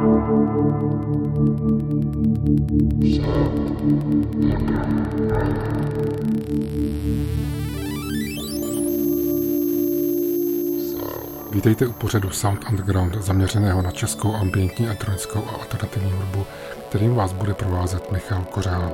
Vítejte u pořadu Sound Underground zaměřeného na českou ambientní, elektronickou a alternativní hudbu, kterým vás bude provázet Michal Kořán.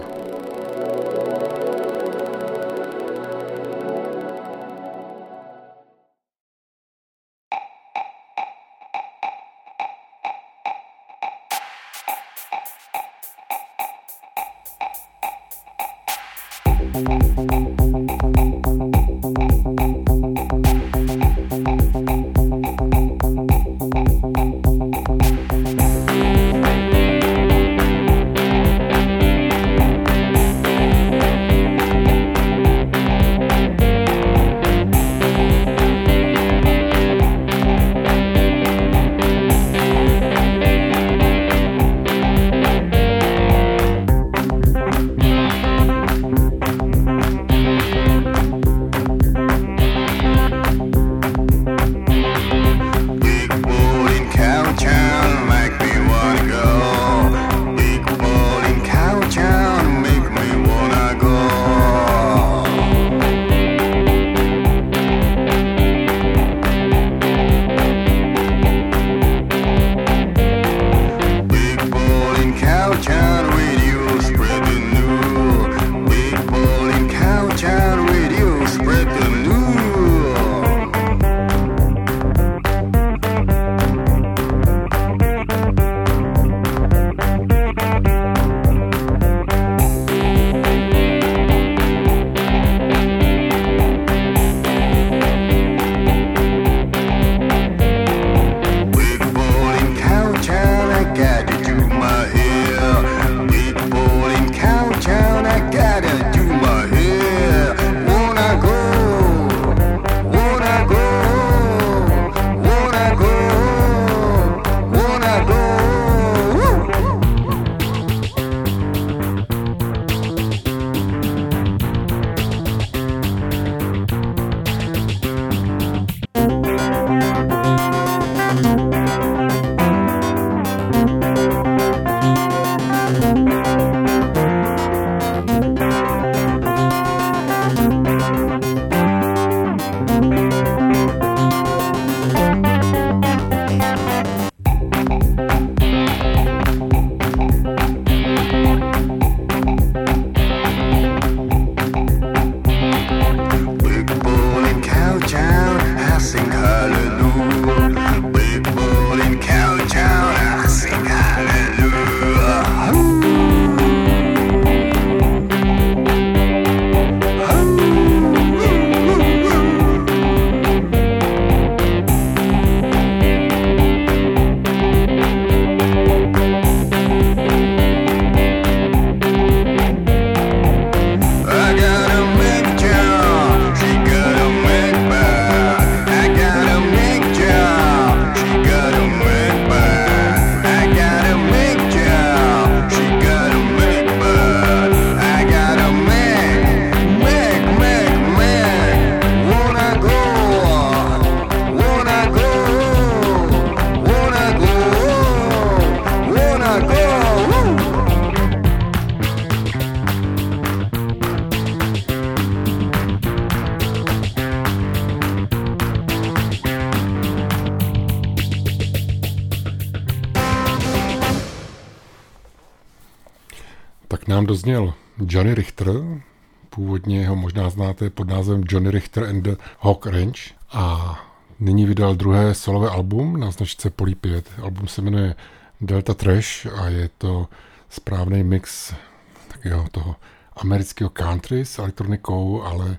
Nám dozněl Johnny Richter, původně ho možná znáte pod názvem Johnny Richter and the Hawk Range, a nyní vydal druhé solové album na značce Poly 5. Album se jmenuje Delta Trash a je to správný mix takového toho amerického country s elektronikou, ale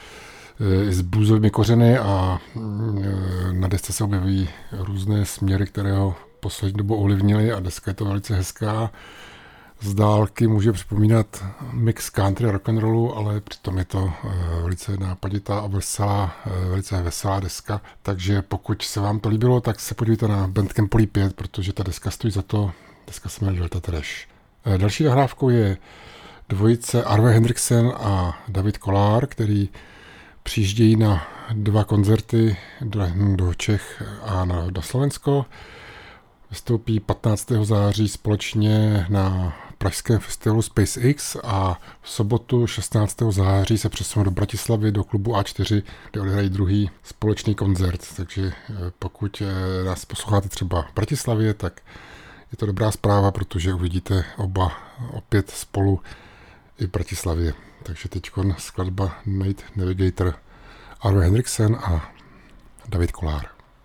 s bluesovými kořeny, a na desce se objeví různé směry, které ho poslední dobu ovlivnily, a deska je to velice hezká. Z dálky může připomínat mix country a rock'n'rollu, ale přitom je to velice nápaditá a velice veselá deska. Takže pokud se vám to líbilo, tak se podívejte na Bandcamp Poly 5, protože ta deska stojí za to. Deska se jmenuje Delta Trash. Další nahrávkou je dvojice Arve Hendriksen a David Kollár, který přijíždějí na 2 koncerty do Čech a do Slovensko. Vystoupí 15. září společně na pražském festivalu SpaceX a v sobotu 16. září se přesunou do Bratislavy do klubu A4, kde odehrají druhý společný koncert. Takže pokud nás posloucháte třeba v Bratislavě, tak je to dobrá zpráva, protože uvidíte oba opět spolu i v Bratislavě. Takže teď skladba Night Navigator, Arve Henriksen a David Kollár.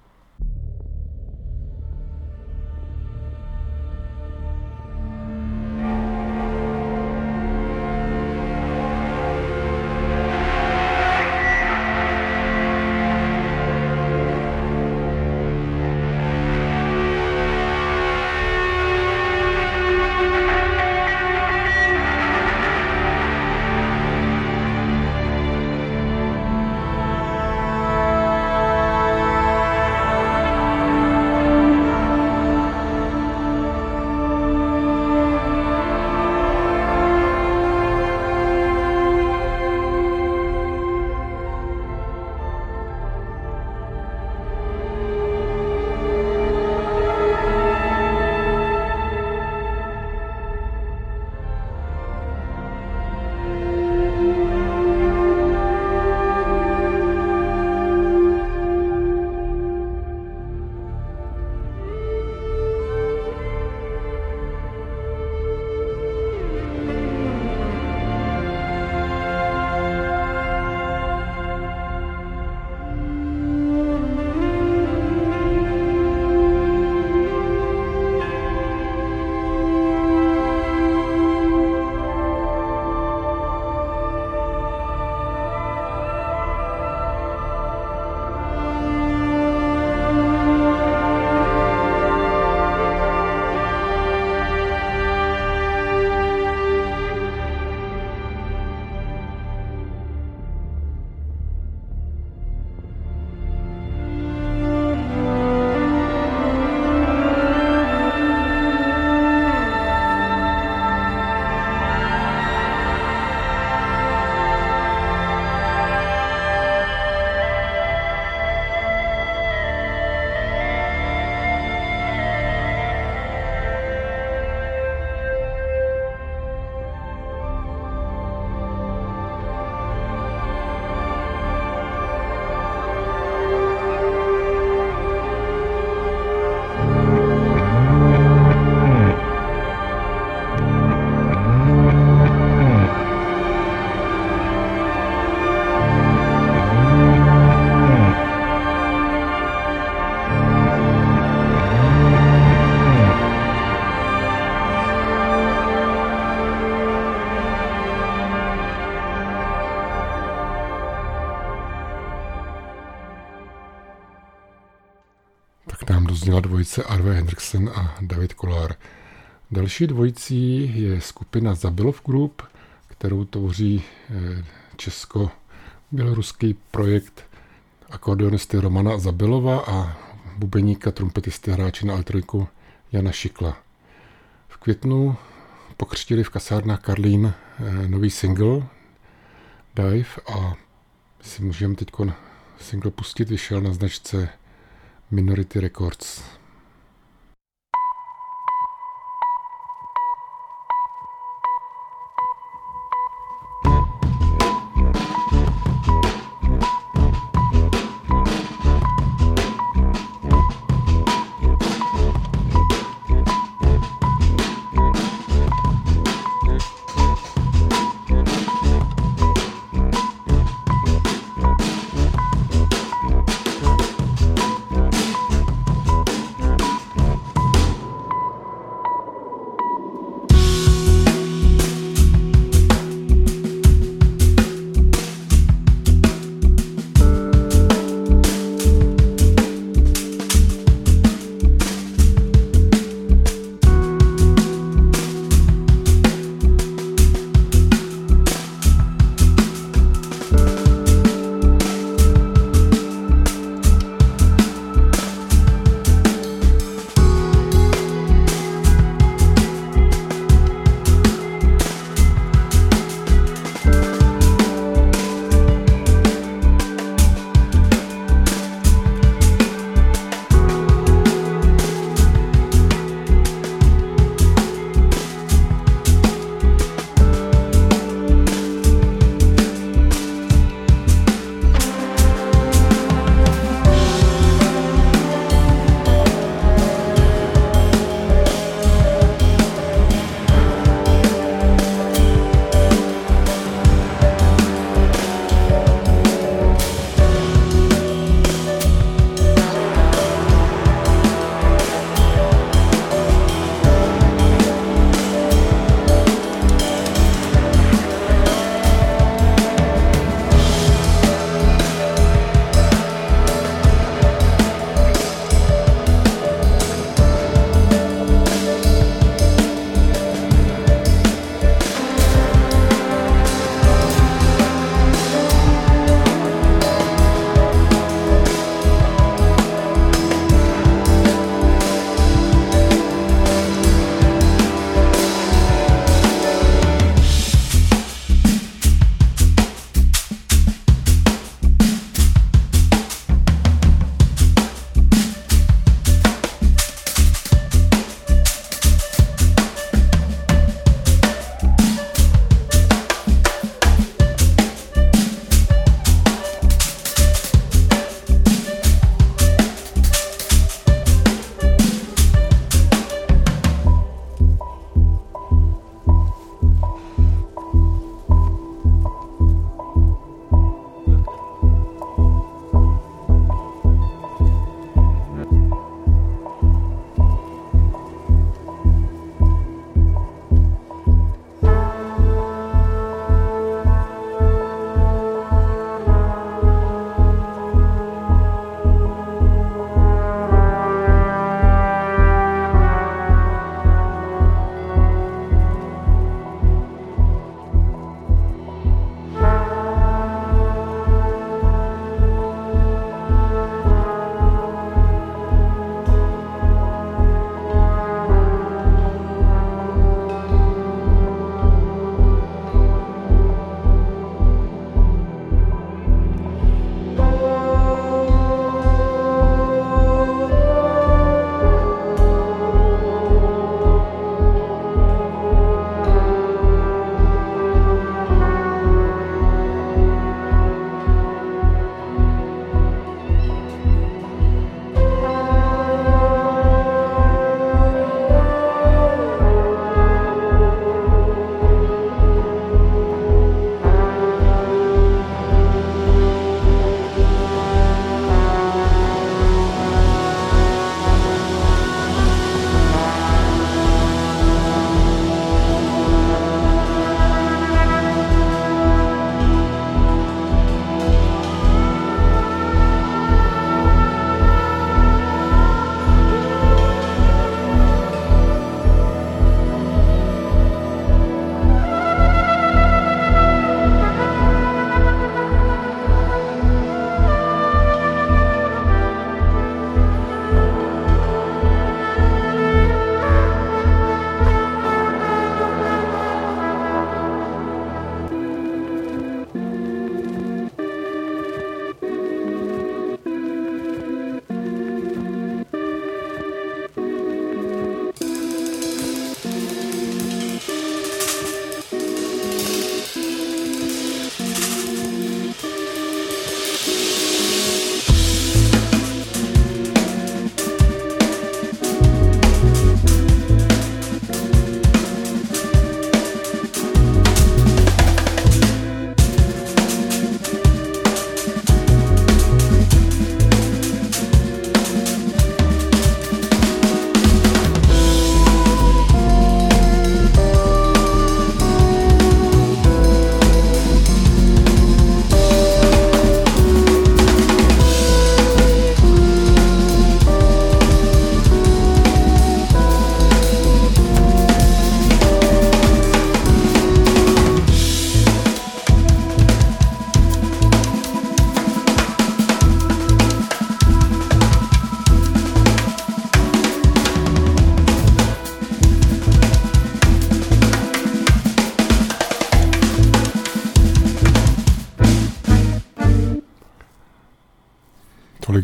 Zněla dvojice Arve Henriksen a David Kollár. Další dvojicí je skupina Zabilov Group, kterou tvoří česko-běloruský projekt akordeonisty Romana Zabilova a bubeníka, trumpetisty, hráče na elektroniku Jana Šikla. V květnu pokřtili v kasárnách Karlín nový single Dive a si můžeme teď single pustit, vyšel na značce Minority Records.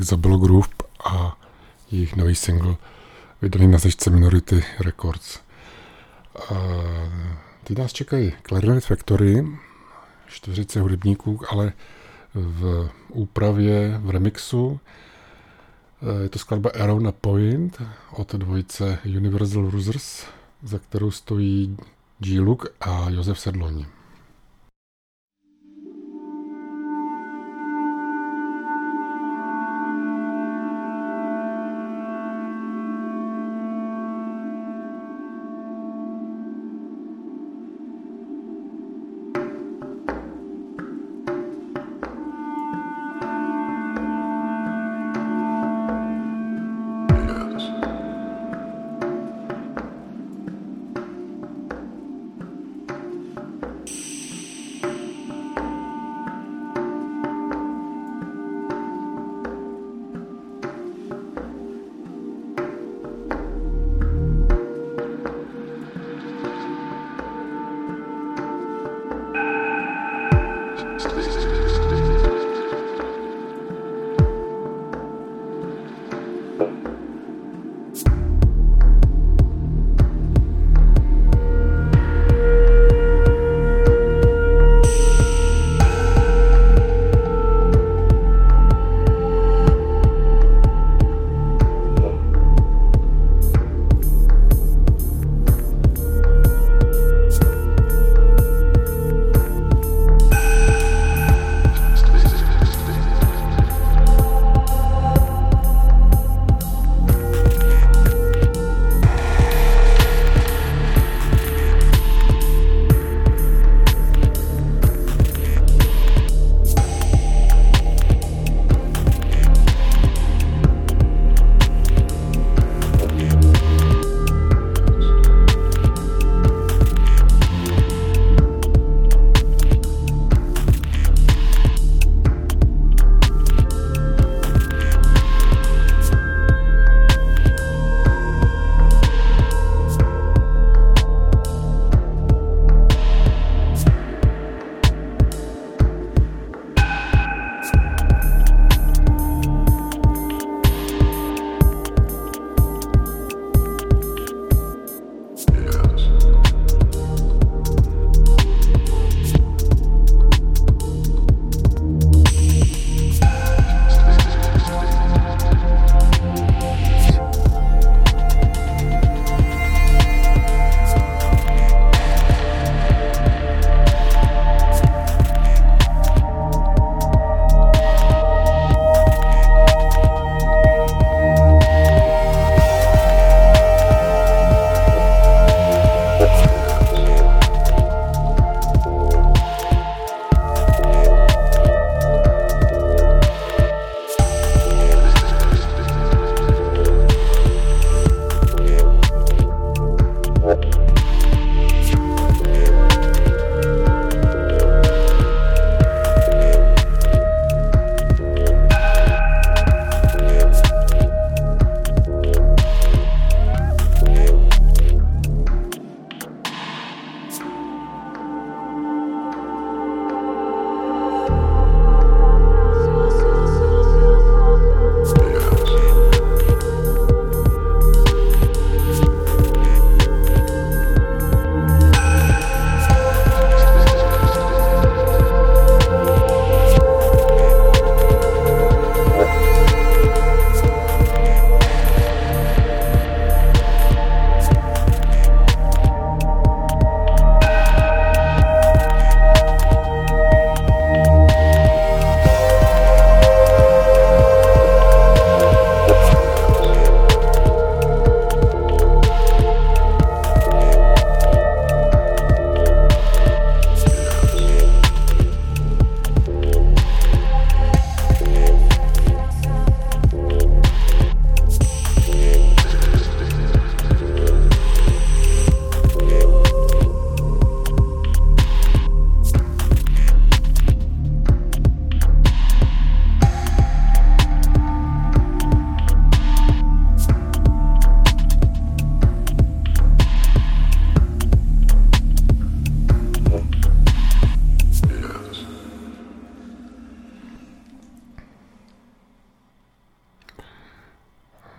Isabel Groove a jejich nový single vydaný na značce Minority Records. Teď nás čekají Clarinet Factory, 40 hudebníků, ale v úpravě, v remixu. Je to skladba Arrow na Point od dvojice Universal Losers, za kterou stojí G-Look a Josef Sedloň.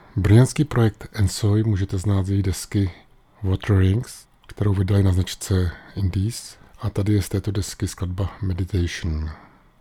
Brněnský projekt Ensoy můžete znát z její desky Water Rings, kterou vydali na značce Indies. A tady je z této desky skladba Meditation.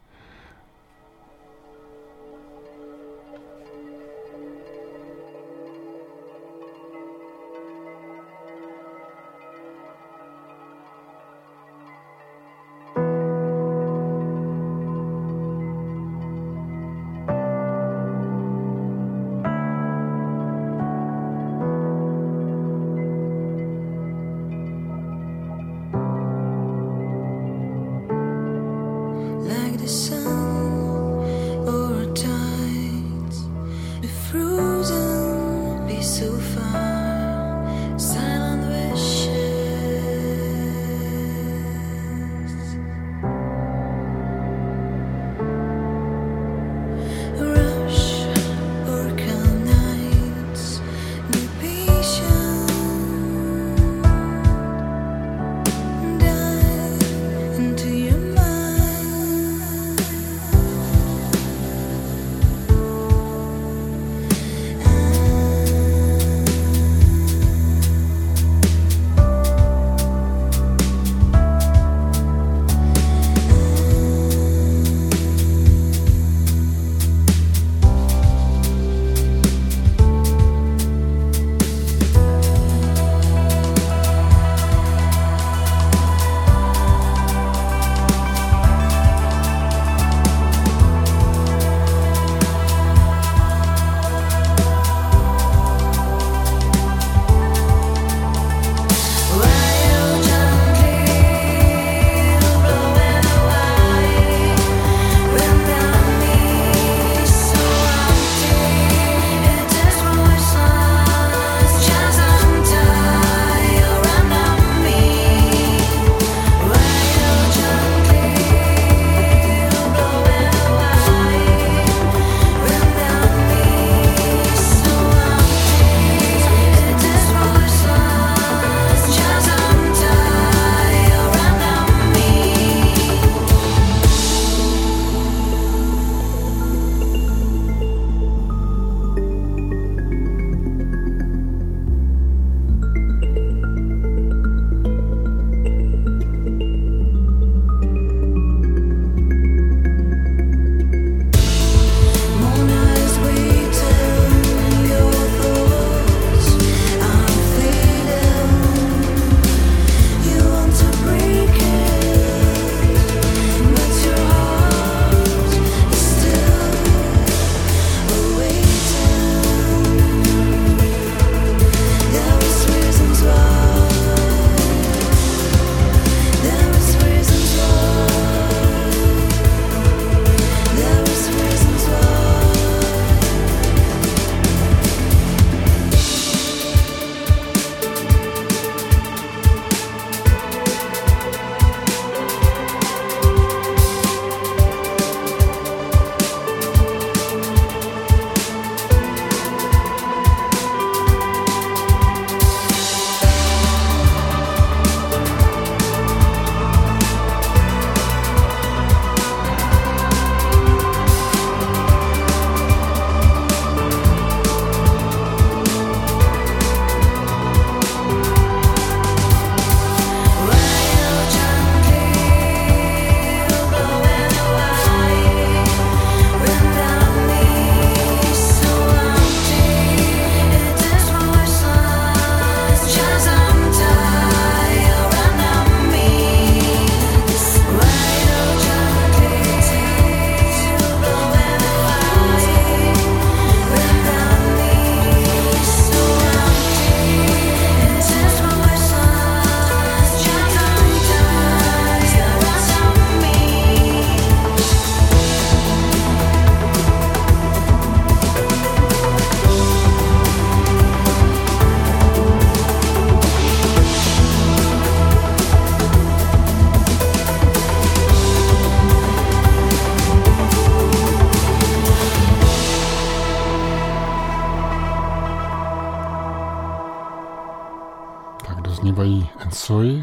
Doznívají Ensoy,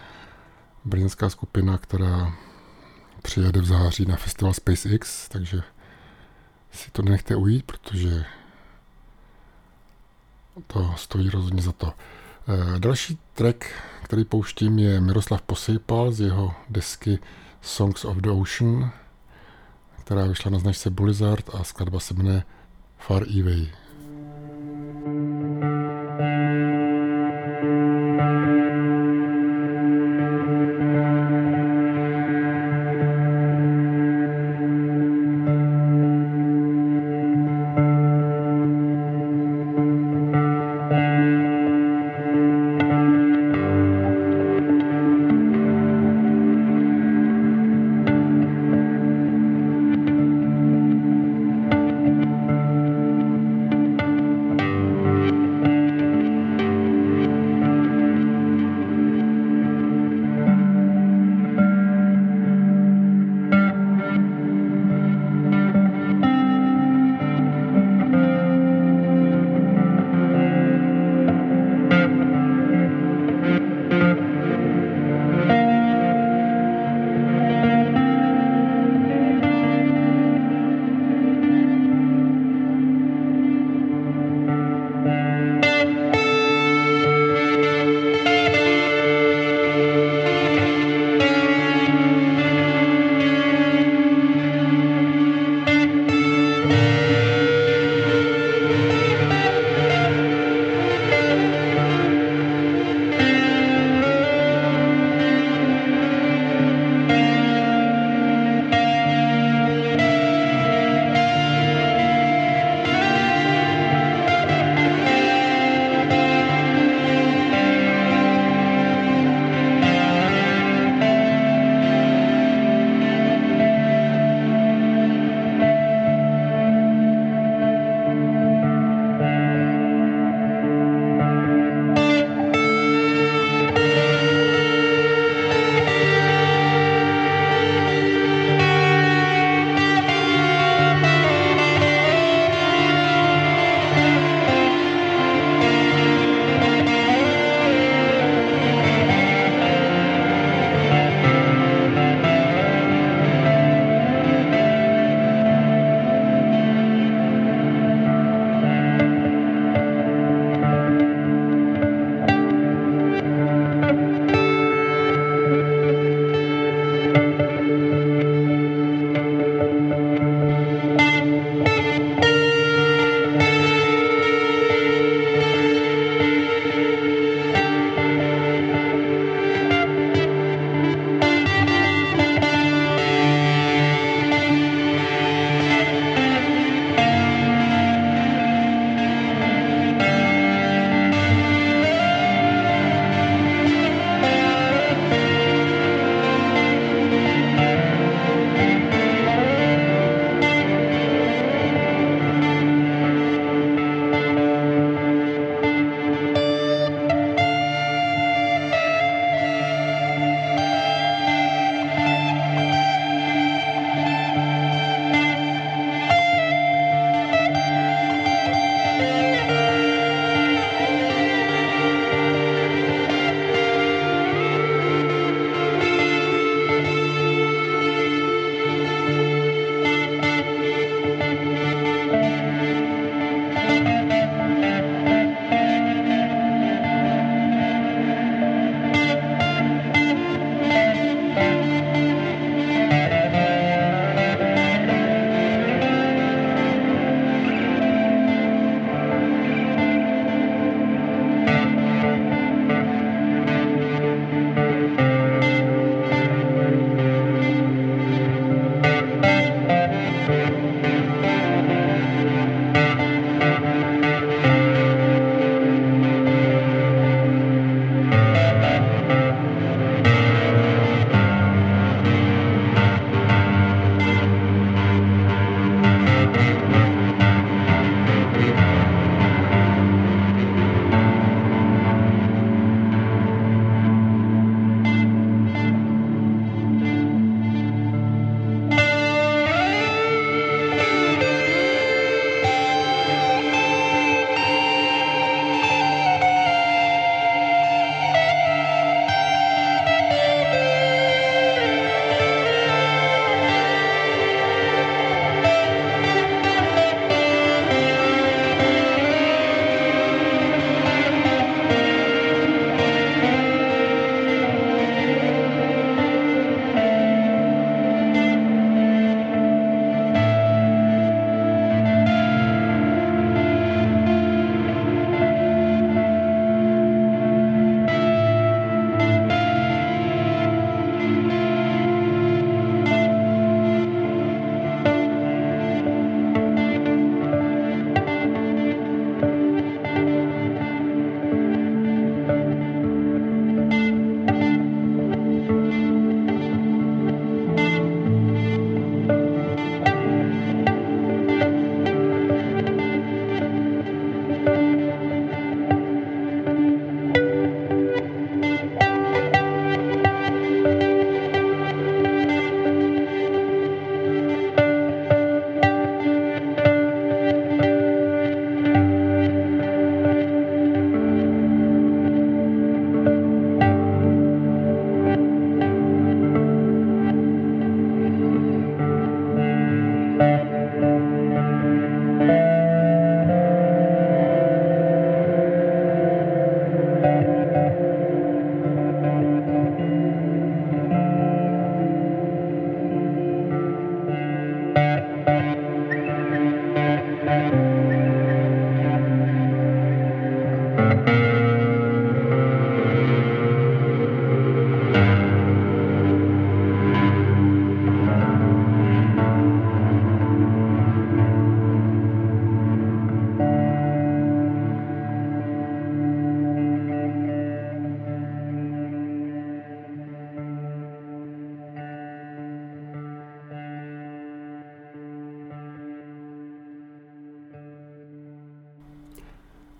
brněnská skupina, která přijede v září na festival SpaceX, takže si to nenechte ujít, protože To stojí rozhodně za to. Další track, který pouštím, je Miroslav Posejpal z jeho desky Songs of the Ocean, která vyšla na značce Blizzard a skladba se jmenuje Far Away.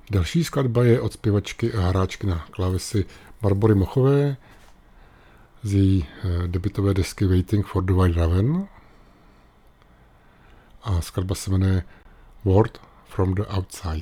Další skladba je od zpěvačky a hráčky na klávesy Barbory Mochové z její debutové desky Waiting for the White Raven. A skladba se jmenuje Word from the Outside.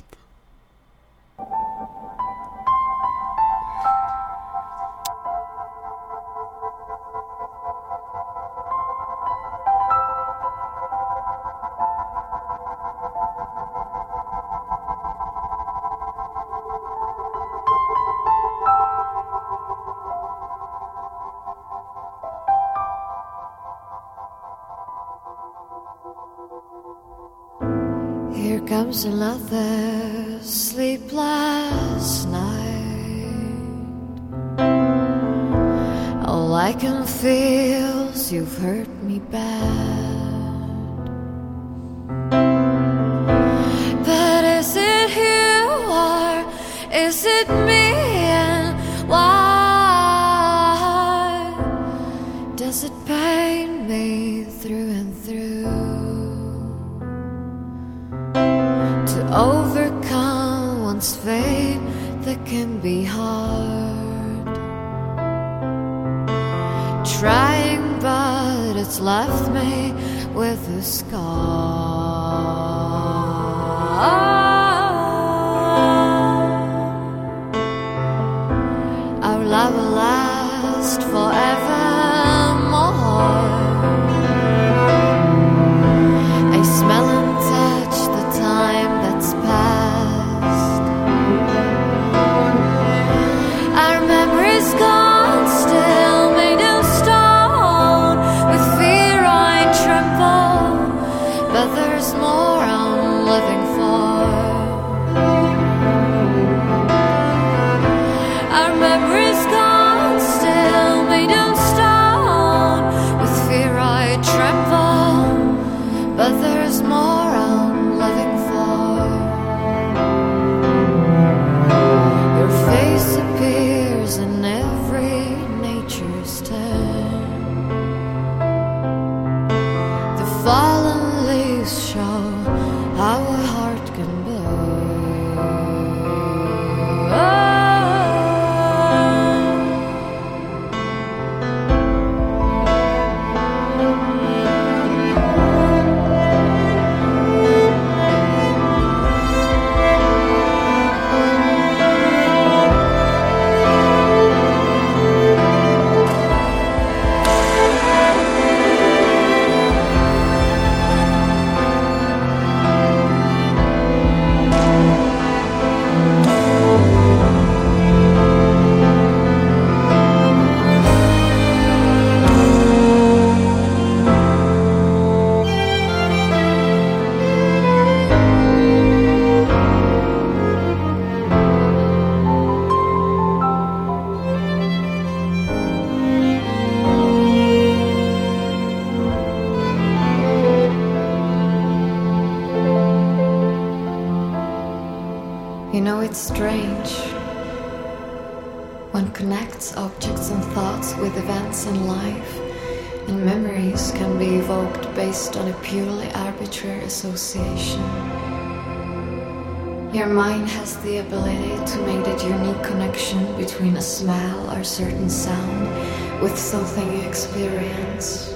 Comes another sleepless night. All I can feel is you've hurt me bad. But is it you or is it me, and why does it pain me through and through? Overcome one's fate that can be hard. Trying, but it's left me with a scar. Our love will last forevermore. I smell and touch the time that's past. Our memory's gone, still made of stone. With fear I tremble, but there's more I'm living for. Our memory's gone, still made of stone. With fear I tremble, but there's more I'm living for. Your face appears in every nature's tale. The fallen leaves show how a heart can It's strange. One connects objects and thoughts with events in life, and memories can be evoked based on a purely arbitrary association. Your mind has the ability to make that unique connection between a smell or certain sound with something you experience.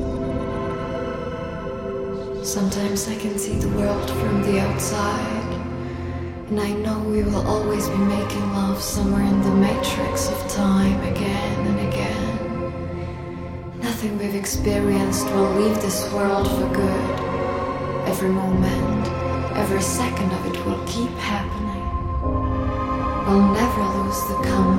Sometimes I can see the world from the outside, and I know we will always be making love somewhere in the matrix of time again and again. Nothing we've experienced will leave this world for good. Every moment, every second of it will keep happening. We'll never lose the common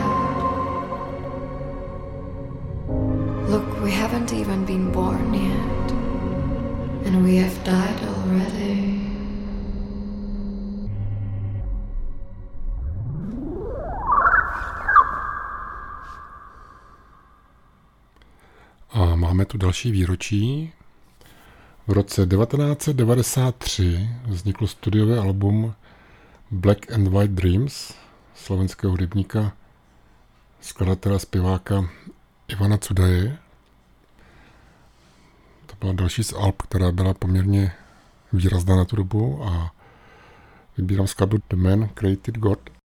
thread. Look, we haven't even been born yet, and we have died already. A máme tu další výročí. V roce 1993 vzniklo studiové album Black and White Dreams slovenského hudebníka, skladatele, zpěváka Ivana Cudaje. To byla další z alb, která byla poměrně výrazná na tu dobu a vybírám skladbu The Man Created God.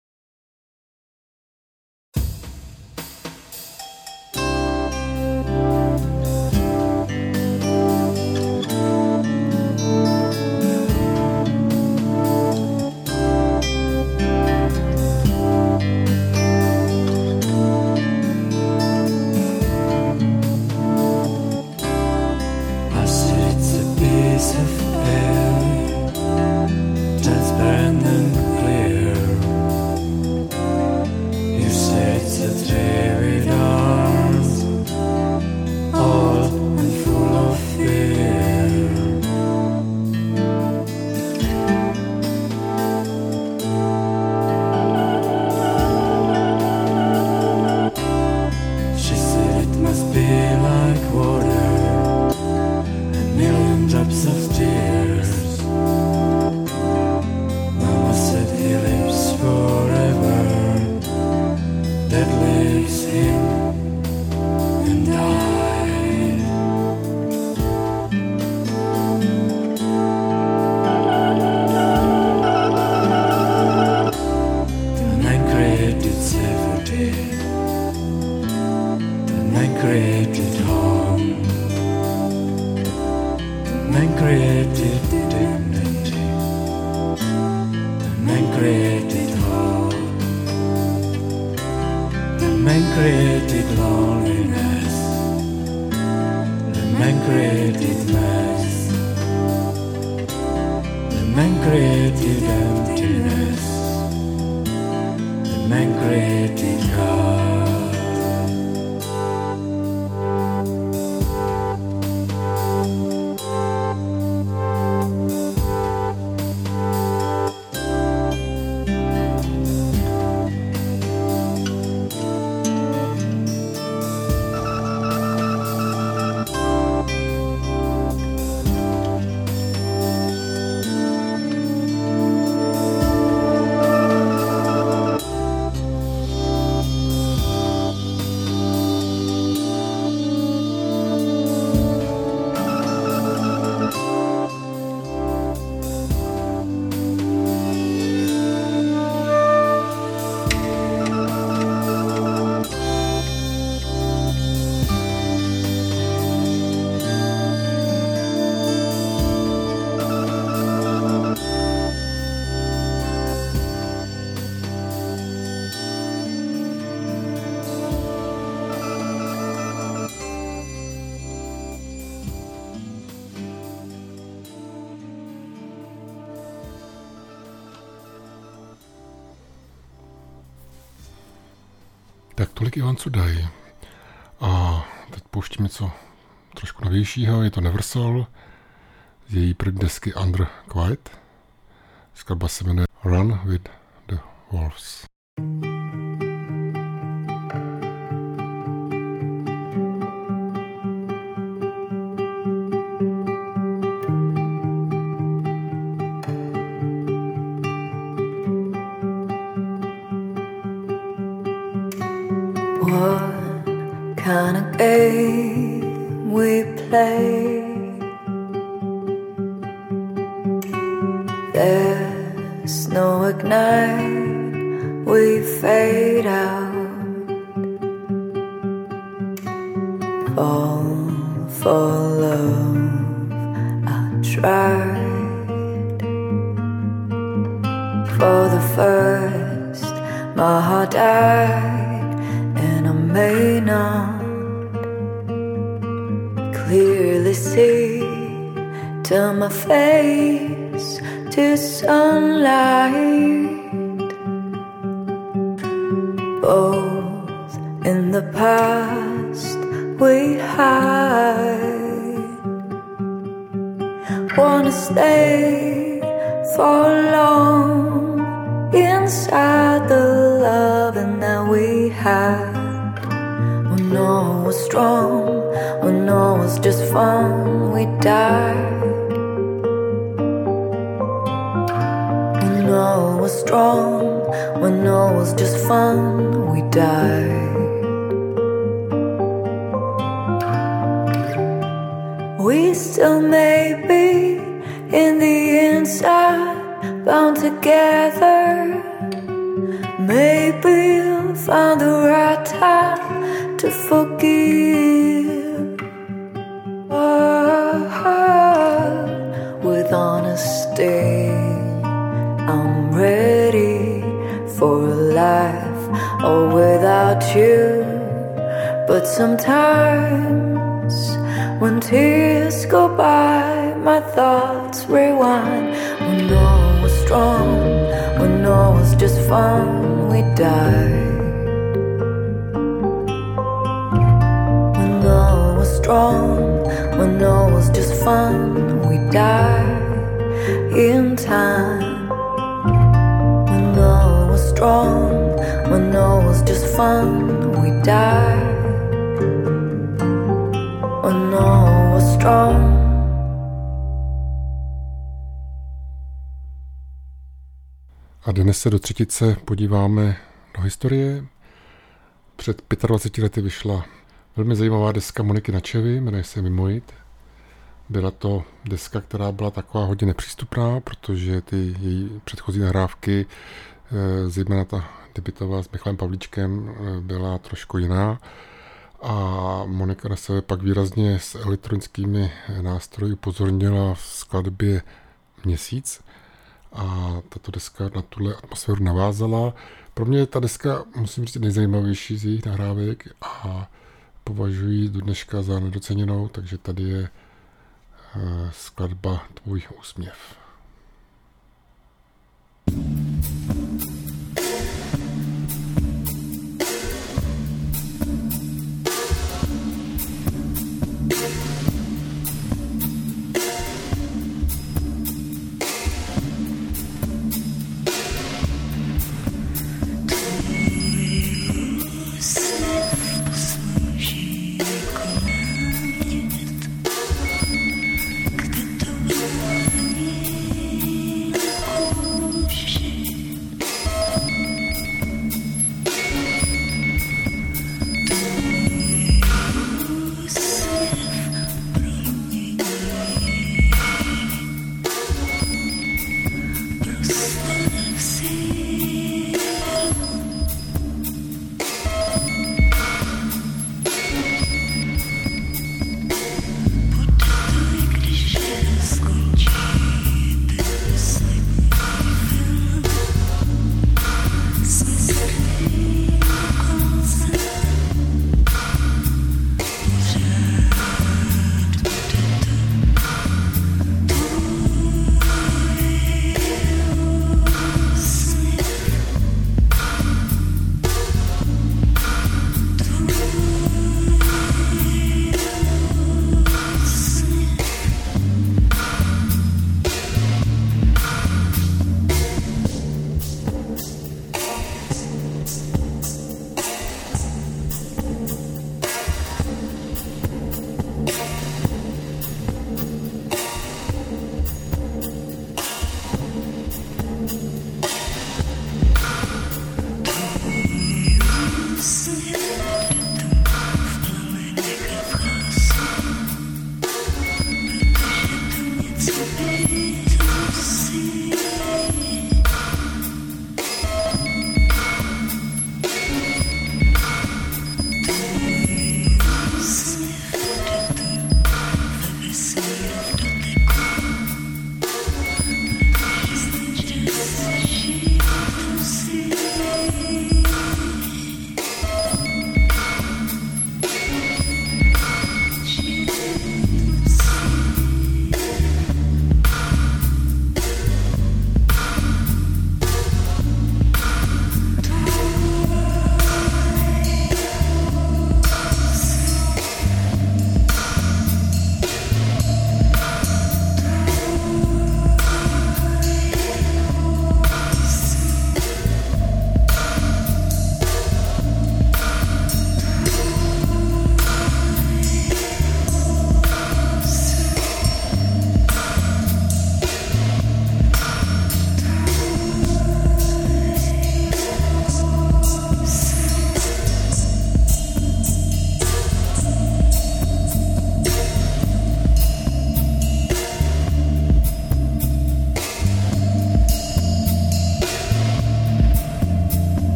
Tak tolik Ivan Cudaj. A teď pouštím něco trošku novějšího, je to Neversol z její první desky Under Quiet. Skladba se jmenuje Run with the Wolves. What kind of game we play? There's no ignite, we fade out. Fall for love, I tried. For the first, my heart died. May not clearly see, turn my face to sunlight. Both in the past we hide. Wanna stay for long inside the loving that we had. When all was strong, when all was just fun, we died. When all was strong, when all was just fun, we died. We still may be in the inside, bound together. Maybe you'll find the right time to forgive. With honesty, I'm ready for a life all without you. But sometimes when tears go by, my thoughts rewind. When all was strong, when all was just fun, we died. When all was strong, when all was just fun, we died in time. When all was strong, when all was just fun, we died. When all was strong. A dnes se do třetice podíváme do historie. Před 25 lety vyšla velmi zajímavá deska Moniky Načevy, jmenuje se Mimoid. Byla to deska, která byla taková hodně nepřístupná, protože ty její předchozí nahrávky, zejména ta debutová s Michalem Pavlíčkem, byla trošku jiná. A Monika na sebe pak výrazně s elektronickými nástroji upozornila v skladbě Měsíc. A tato deska na tuhle atmosféru navázala. Pro mě je ta deska, musím říct, nejzajímavější z jejich nahrávek a považuji do dneška za nedoceněnou, takže tady je skladba Tvůj úsměv.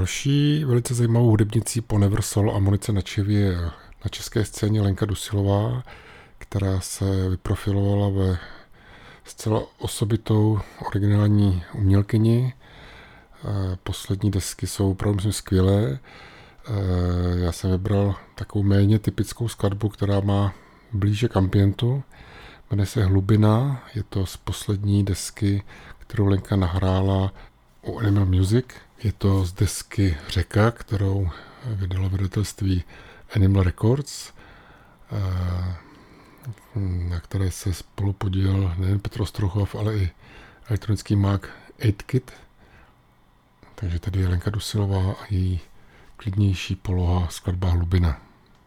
Další velice zajímavou hudebnicí po Neversol a Monice Načivě je na české scéně Lenka Dusilová, která se vyprofilovala ve zcela osobitou originální umělkyni. Poslední desky jsou opravdu myslím skvělé. Já jsem vybral takovou méně typickou skladbu, která má blíže k ambientu. Jmenuje se Hlubina, je to z poslední desky, kterou Lenka nahrála u Animal Music. Je to z desky Řeka, kterou vydalo vydavatelství Animal Records, na které se spolu podílel nejen Petr Ostrochov, ale i elektronický mák 8Kit. Takže tady je Lenka Dusilová a její klidnější poloha skladba Hlubina.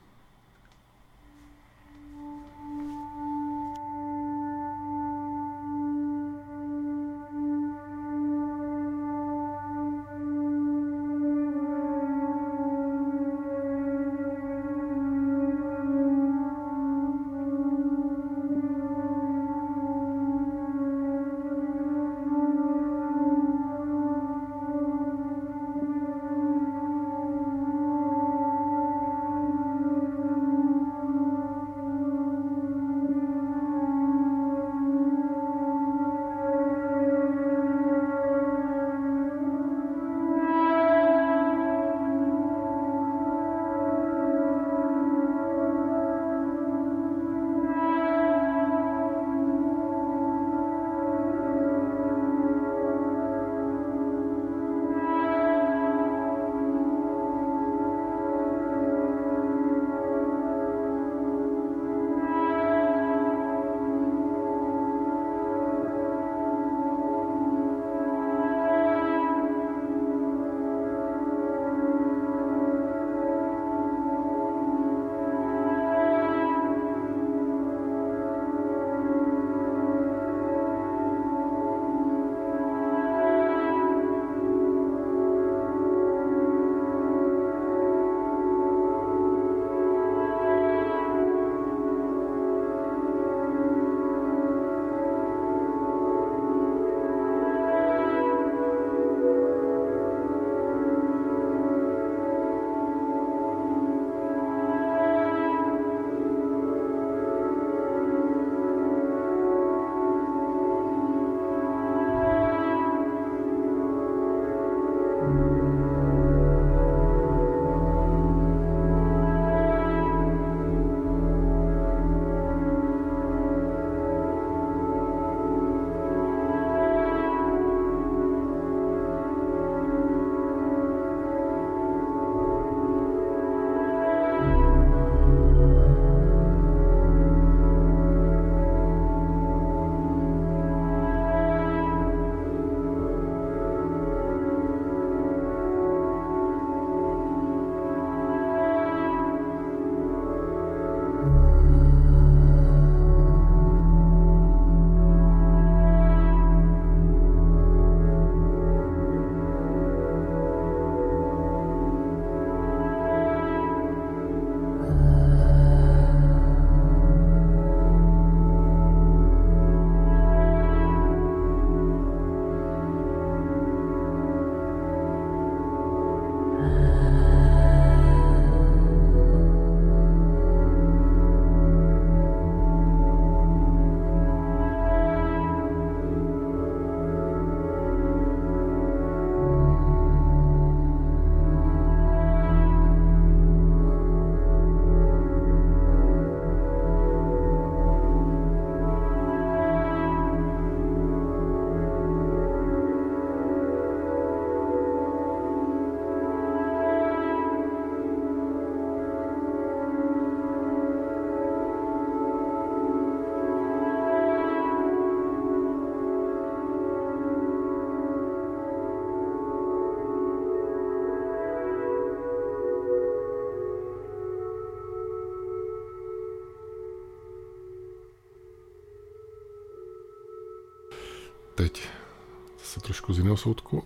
Teď zase trošku z jiného soudku.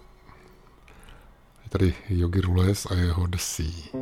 Je tady Yogi Rules a jeho The Sea.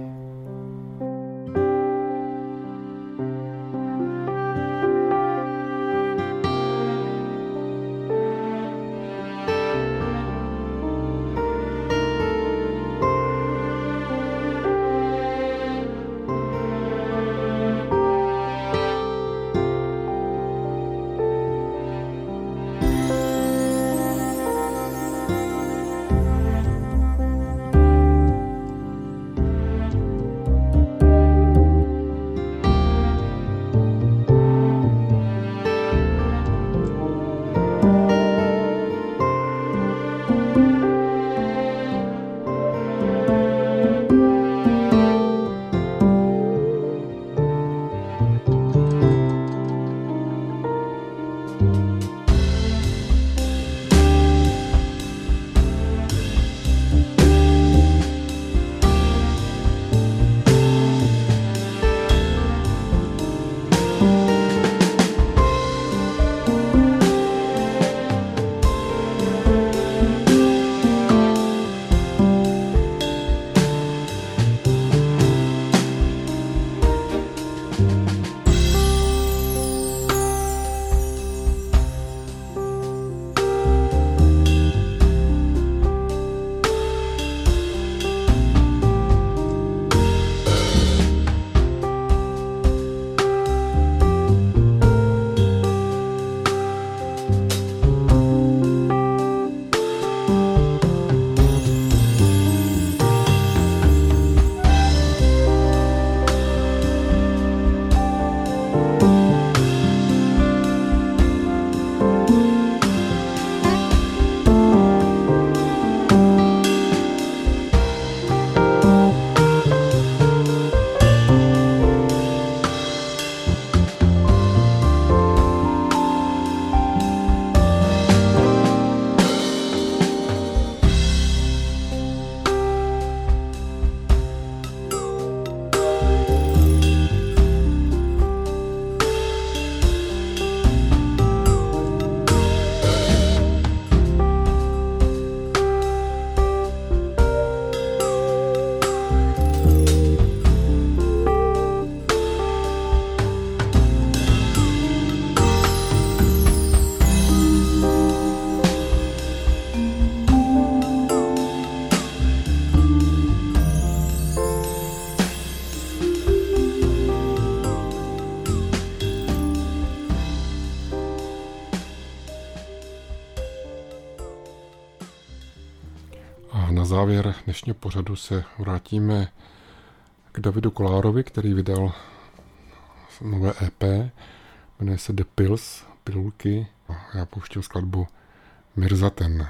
na závěr dnešního pořadu se vrátíme k Davidu Kolárovi, který vydal nové EP, jmenuje se The Pills, pilulky. Já pouštěl skladbu Mirzaten.